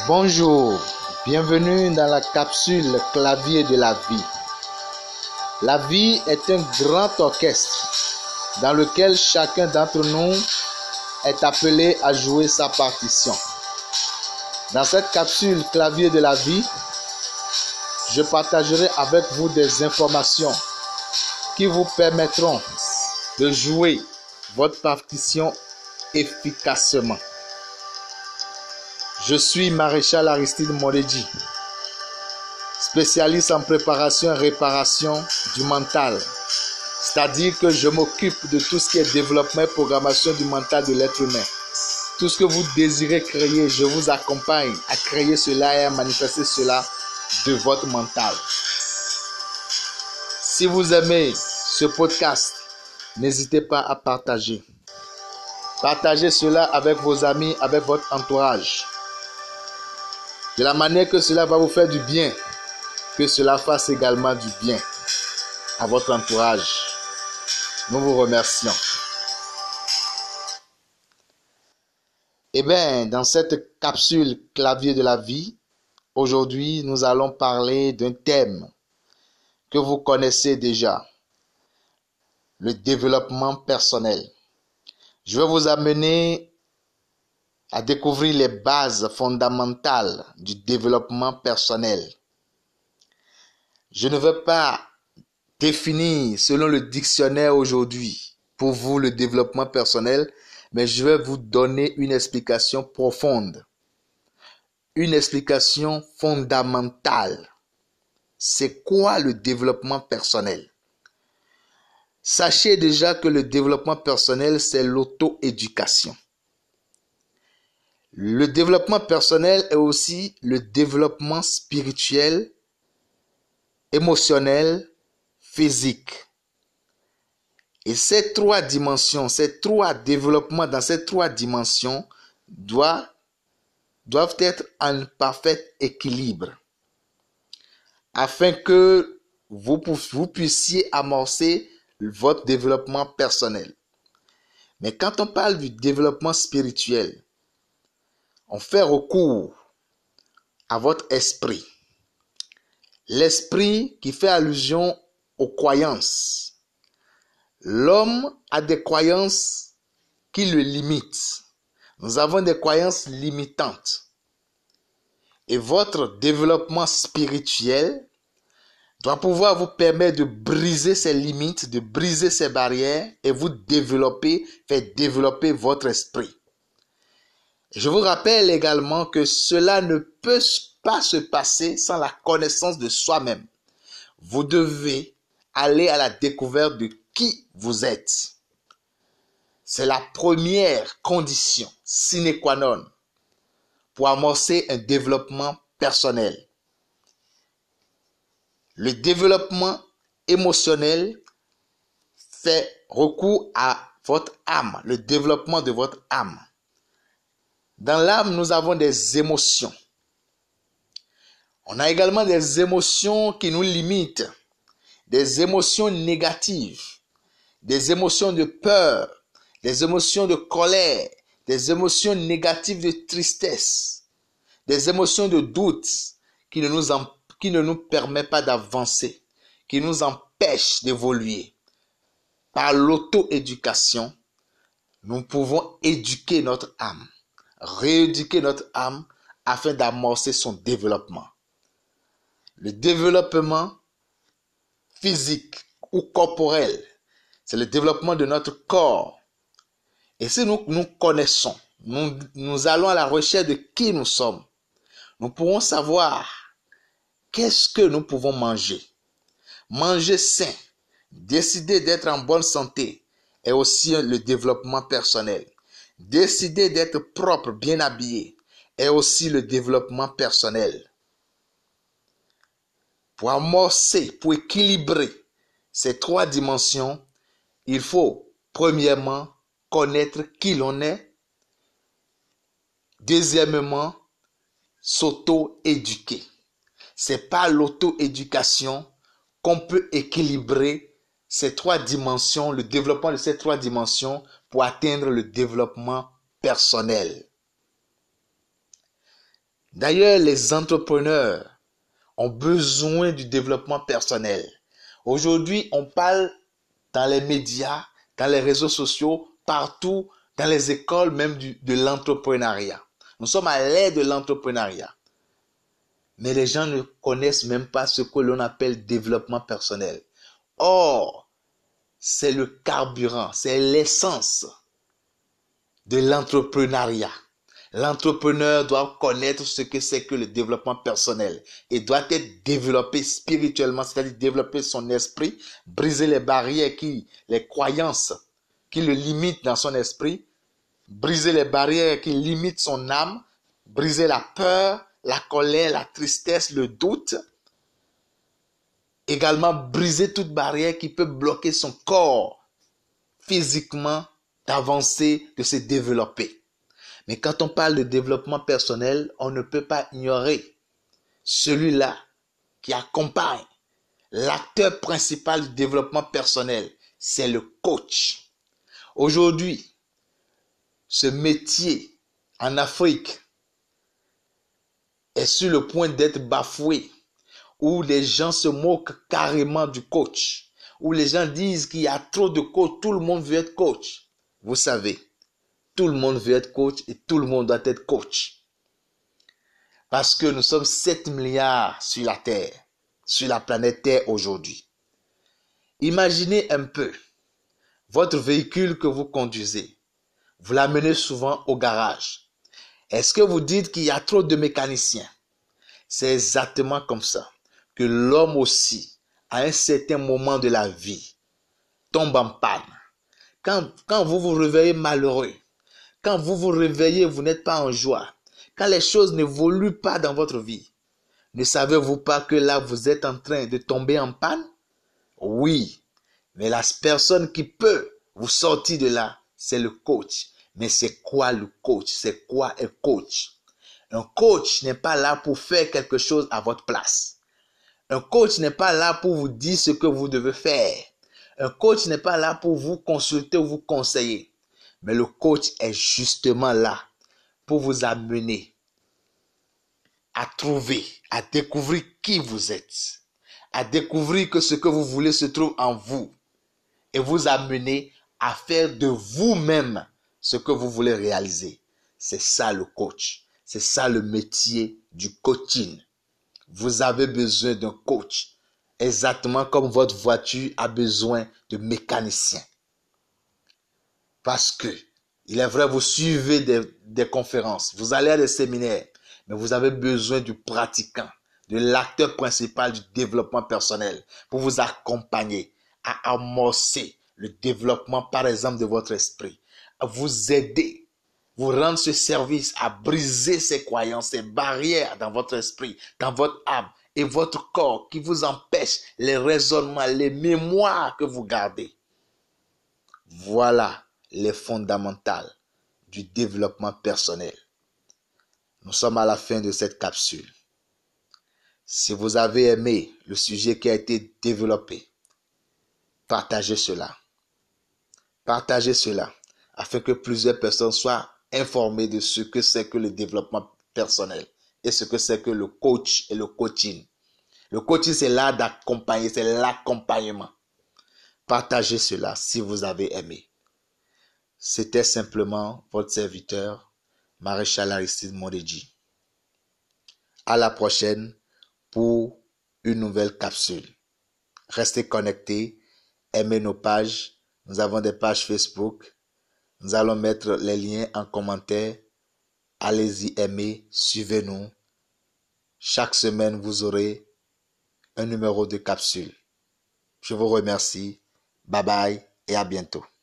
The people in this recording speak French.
Bonjour, bienvenue dans la capsule clavier de la vie. La vie est un grand orchestre dans lequel chacun d'entre nous est appelé à jouer sa partition. Dans cette capsule clavier de la vie, je partagerai avec vous des informations qui vous permettront de jouer votre partition efficacement. Je suis Maréchal Aristide Moledji, spécialiste en préparation et réparation du mental. C'est-à-dire que je m'occupe de tout ce qui est développement et programmation du mental de l'être humain. Tout ce que vous désirez créer, je vous accompagne à créer cela et à manifester cela de votre mental. Si vous aimez ce podcast, n'hésitez pas à partager. Partagez cela avec vos amis, avec votre entourage. De la manière que cela va vous faire du bien, que cela fasse également du bien à votre entourage. Nous vous remercions. Eh bien, dans cette capsule clavier de la vie, aujourd'hui, nous allons parler d'un thème que vous connaissez déjà, le développement personnel. Je vais vous amener à découvrir les bases fondamentales du développement personnel. Je ne veux pas définir selon le dictionnaire aujourd'hui pour vous le développement personnel, mais je vais vous donner une explication profonde, une explication fondamentale. C'est quoi le développement personnel? Sachez déjà que le développement personnel, c'est l'auto-éducation. Le développement personnel est aussi le développement spirituel, émotionnel, physique. Et ces trois dimensions, ces trois développements dans ces trois dimensions doivent être en parfait équilibre afin que vous puissiez amorcer votre développement personnel. Mais quand on parle du développement spirituel, on fait recours à votre esprit. L'esprit qui fait allusion aux croyances. L'homme a des croyances qui le limitent. Nous avons des croyances limitantes. Et votre développement spirituel doit pouvoir vous permettre de briser ces limites, de briser ces barrières et vous faire développer votre esprit. Je vous rappelle également que cela ne peut pas se passer sans la connaissance de soi-même. Vous devez aller à la découverte de qui vous êtes. C'est la première condition sine qua non pour amorcer un développement personnel. Le développement émotionnel fait recours à votre âme, le développement de votre âme. Dans l'âme, nous avons des émotions. On a également des émotions qui nous limitent, des émotions négatives, des émotions de peur, des émotions de colère, des émotions négatives de tristesse, des émotions de doute qui ne nous permettent pas d'avancer, qui nous empêchent d'évoluer. Par l'auto-éducation, nous pouvons éduquer notre âme, rééduquer notre âme afin d'amorcer son développement. Le développement physique ou corporel, c'est le développement de notre corps. Et si nous connaissons, nous allons à la recherche de qui nous sommes, nous pourrons savoir qu'est-ce que nous pouvons manger. Manger sain, décider d'être en bonne santé est aussi le développement personnel. Décider d'être propre, bien habillé est aussi le développement personnel. Pour amorcer, pour équilibrer ces trois dimensions, il faut premièrement connaître qui l'on est. Deuxièmement, s'auto-éduquer. C'est par l'auto-éducation qu'on peut équilibrer ces trois dimensions, le développement de ces trois dimensions pour atteindre le développement personnel. D'ailleurs, les entrepreneurs ont besoin du développement personnel. Aujourd'hui, on parle dans les médias, dans les réseaux sociaux, partout, dans les écoles même de l'entrepreneuriat. Nous sommes à l'ère de l'entrepreneuriat. Mais les gens ne connaissent même pas ce que l'on appelle développement personnel. Or, c'est le carburant, c'est l'essence de l'entrepreneuriat. L'entrepreneur doit connaître ce que c'est que le développement personnel et doit être développé spirituellement, c'est-à-dire développer son esprit, briser les barrières les croyances qui le limitent dans son esprit, briser les barrières qui limitent son âme, briser la peur, la colère, la tristesse, le doute. Également briser toute barrière qui peut bloquer son corps physiquement d'avancer, de se développer. Mais quand on parle de développement personnel, on ne peut pas ignorer celui-là qui accompagne l'acteur principal du développement personnel, c'est le coach. Aujourd'hui, ce métier en Afrique est sur le point d'être bafoué, où les gens se moquent carrément du coach, où les gens disent qu'il y a trop de coachs, tout le monde veut être coach. Vous savez, tout le monde veut être coach et tout le monde doit être coach. Parce que nous sommes 7 milliards sur la Terre, sur la planète Terre aujourd'hui. Imaginez un peu votre véhicule que vous conduisez. Vous l'amenez souvent au garage. Est-ce que vous dites qu'il y a trop de mécaniciens? C'est exactement comme ça que l'homme aussi, à un certain moment de la vie, tombe en panne. Quand vous vous réveillez malheureux, quand vous vous réveillez, vous n'êtes pas en joie, quand les choses n'évoluent pas dans votre vie, ne savez-vous pas que là, vous êtes en train de tomber en panne? Oui, mais la personne qui peut vous sortir de là, c'est le coach. Mais c'est quoi le coach? C'est quoi un coach? Un coach n'est pas là pour faire quelque chose à votre place. Un coach n'est pas là pour vous dire ce que vous devez faire. Un coach n'est pas là pour vous consulter ou vous conseiller. Mais le coach est justement là pour vous amener à trouver, à découvrir qui vous êtes, à découvrir que ce que vous voulez se trouve en vous et vous amener à faire de vous-même ce que vous voulez réaliser. C'est ça le coach. C'est ça le métier du coaching. Vous avez besoin d'un coach, exactement comme votre voiture a besoin de mécanicien. Parce que, il est vrai, vous suivez des conférences, vous allez à des séminaires, mais vous avez besoin du pratiquant, de l'acteur principal du développement personnel pour vous accompagner à amorcer le développement, par exemple, de votre esprit, à vous aider, vous rendre ce service, à briser ces croyances, ces barrières dans votre esprit, dans votre âme et votre corps qui vous empêchent les raisonnements, les mémoires que vous gardez. Voilà les fondamentales du développement personnel. Nous sommes à la fin de cette capsule. Si vous avez aimé le sujet qui a été développé, partagez cela. Partagez cela afin que plusieurs personnes soient informées de ce que c'est que le développement personnel et ce que c'est que le coach et le coaching. Le coaching, c'est l'art d'accompagner, c'est l'accompagnement. Partagez cela si vous avez aimé. C'était simplement votre serviteur, Maréchal Aristide Mondedji. À la prochaine pour une nouvelle capsule. Restez connectés, aimez nos pages. Nous avons des pages Facebook. Nous allons mettre les liens en commentaire. Allez-y, aimez, suivez-nous. Chaque semaine, vous aurez un numéro de capsule. Je vous remercie. Bye bye et à bientôt.